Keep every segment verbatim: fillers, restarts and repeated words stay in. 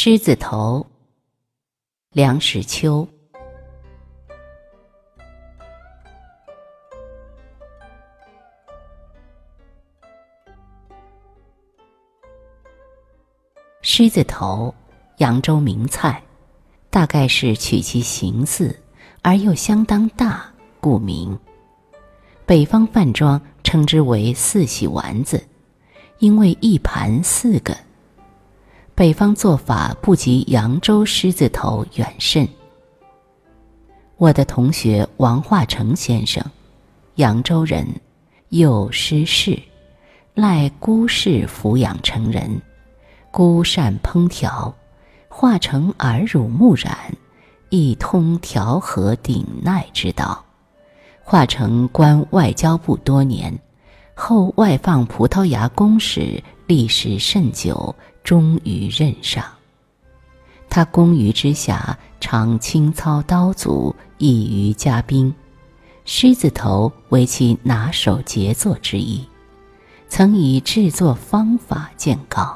狮子头，梁实秋。狮子头，扬州名菜，大概是取其形似而又相当大，故名。北方饭庄称之为四喜丸子，因为一盘四个。北方做法不及扬州狮子头远甚。我的同学王化成先生，扬州人，幼失势，赖姑氏抚养成人。姑善烹调，化成耳濡目染，亦通调和鼎鼐之道。化成官外交部多年，后外放葡萄牙公使，历时甚久，终于任上。他公余之下，常清操刀俎，易于嘉宾。狮子头为其拿手杰作之一，曾以制作方法见告。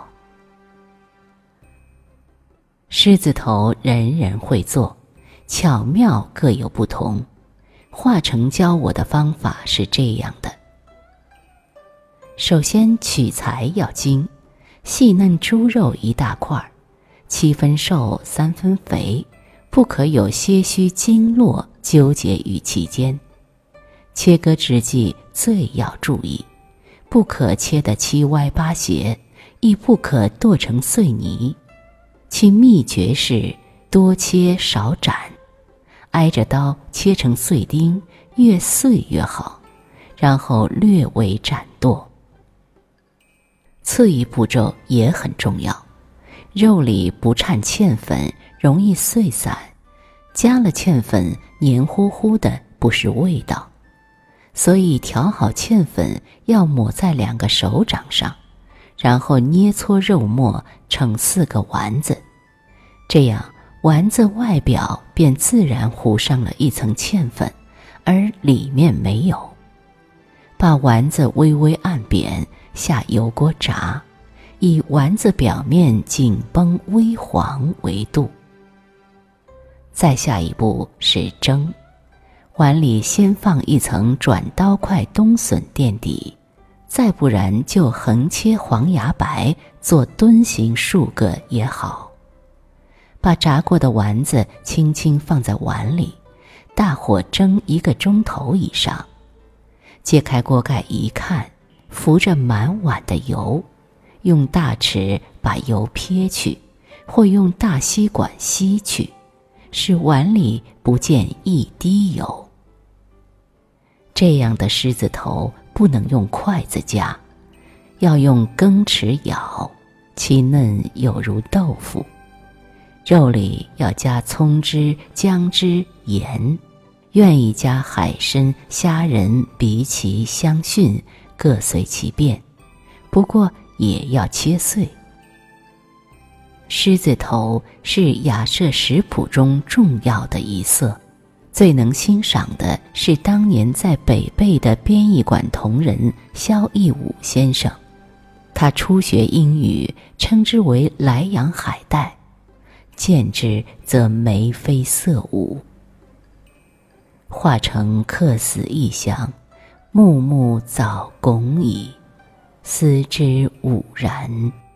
狮子头人人会做，巧妙各有不同。化成教我的方法是这样的：首先取材要精，细嫩猪肉一大块，七分瘦三分肥，不可有些许经络纠结于其间。切割之际最要注意，不可切得七歪八斜，亦不可剁成碎泥。其秘诀是多切少斩，挨着刀切成碎丁，越碎越好，然后略微斩剁。次一步骤也很重要，肉里不掺芡粉，容易碎散，加了芡粉黏糊糊的，不是味道。所以调好芡粉要抹在两个手掌上，然后捏搓肉末成四个丸子，这样丸子外表便自然糊上了一层芡粉，而里面没有。把丸子微微按扁，下油锅炸，以丸子表面紧绷微黄为度。再下一步是蒸，碗里先放一层转刀块冬笋垫底，再不然就横切黄芽白做墩形数个也好。把炸过的丸子轻轻放在碗里，大火蒸一个钟头以上。揭开锅盖一看，浮着满碗的油，用大匙把油撇去，或用大吸管吸去，使碗里不见一滴油。这样的狮子头不能用筷子夹，要用羹匙舀，其嫩有如豆腐。肉里要加葱汁、姜汁、盐，愿意加海参、虾仁、荸荠、香蕈，各随其便，不过也要切碎。狮子头是雅舍食谱中重要的一色，最能欣赏的是当年在北碚的编译馆同仁萧逸武先生，他初学英语，称之为莱阳海带，见之则眉飞色舞。化成客死异乡，木木早拱矣，思之吾然。